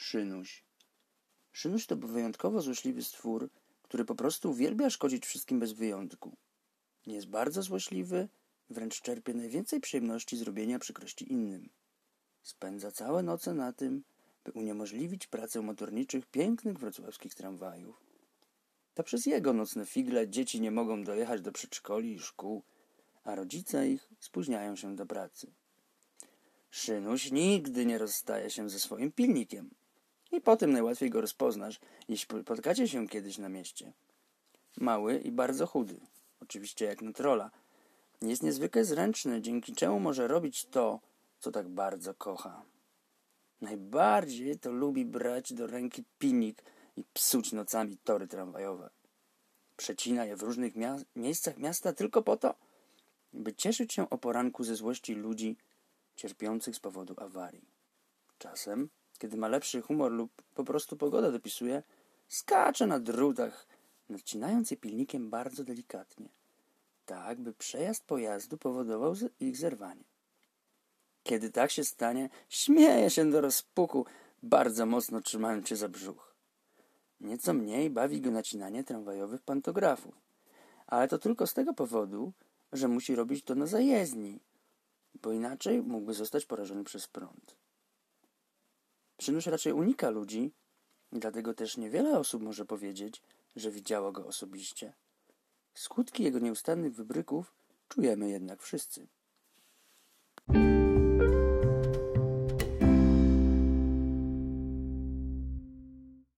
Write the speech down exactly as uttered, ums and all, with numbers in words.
Szynuś. Szynuś to wyjątkowo złośliwy stwór, który po prostu uwielbia szkodzić wszystkim bez wyjątku. Jest bardzo złośliwy, wręcz czerpie najwięcej przyjemności z robienia przykrości innym. Spędza całe noce na tym, by uniemożliwić pracę motorniczych pięknych wrocławskich tramwajów. To przez jego nocne figle dzieci nie mogą dojechać do przedszkoli i szkół, a rodzice ich spóźniają się do pracy. Szynuś nigdy nie rozstaje się ze swoim pilnikiem i po tym najłatwiej go rozpoznasz, jeśli spotkacie się kiedyś na mieście. Mały i bardzo chudy, oczywiście jak na trola, jest niezwykle zręczny, dzięki czemu może robić to, co tak bardzo kocha. Najbardziej to lubi brać do ręki pilnik i psuć nocami tory tramwajowe. Przecina je w różnych mia- miejscach miasta tylko po to, by cieszyć się o poranku ze złości ludzi cierpiących z powodu awarii. Czasem, kiedy ma lepszy humor lub po prostu pogoda dopisuje, skacze na drutach, nacinając je pilnikiem bardzo delikatnie, tak by przejazd pojazdu powodował ich zerwanie. Kiedy tak się stanie, śmieje się do rozpuku, bardzo mocno trzymając się za brzuch. Nieco mniej bawi go nacinanie tramwajowych pantografów, ale to tylko z tego powodu, że musi robić to na zajezdni, bo inaczej mógłby zostać porażony przez prąd. Szynuś raczej unika ludzi, dlatego też niewiele osób może powiedzieć, że widziało go osobiście. Skutki jego nieustannych wybryków czujemy jednak wszyscy.